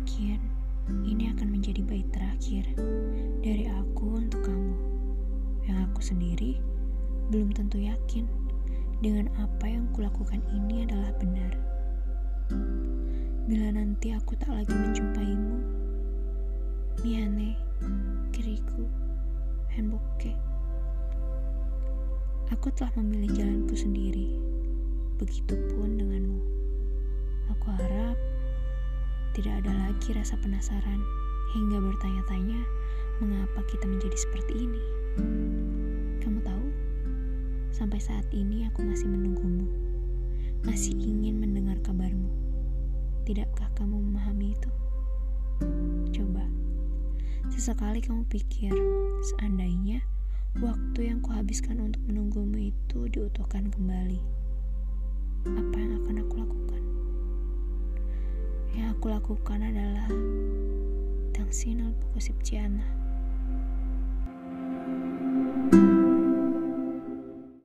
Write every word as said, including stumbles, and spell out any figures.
Mungkin ini akan menjadi bait terakhir dari aku untuk kamu, yang aku sendiri belum tentu yakin dengan apa yang kulakukan ini adalah benar. Bila nanti aku tak lagi menjumpaimu, miyane, kiriku, henboke. Aku telah memilih jalanku sendiri, begitupun denganmu. Aku harap tidak ada lagi rasa penasaran hingga bertanya-tanya mengapa kita menjadi seperti ini. Kamu tahu, sampai saat ini aku masih menunggumu, masih ingin mendengar kabarmu. Tidakkah kamu memahami itu? Coba, sesekali kamu pikir, seandainya waktu yang kuhabiskan untuk menunggumu itu diutuhkan kembali, apa yang akan aku lakukan? Yang aku lakukan adalah Tangsinal Pokosipciana.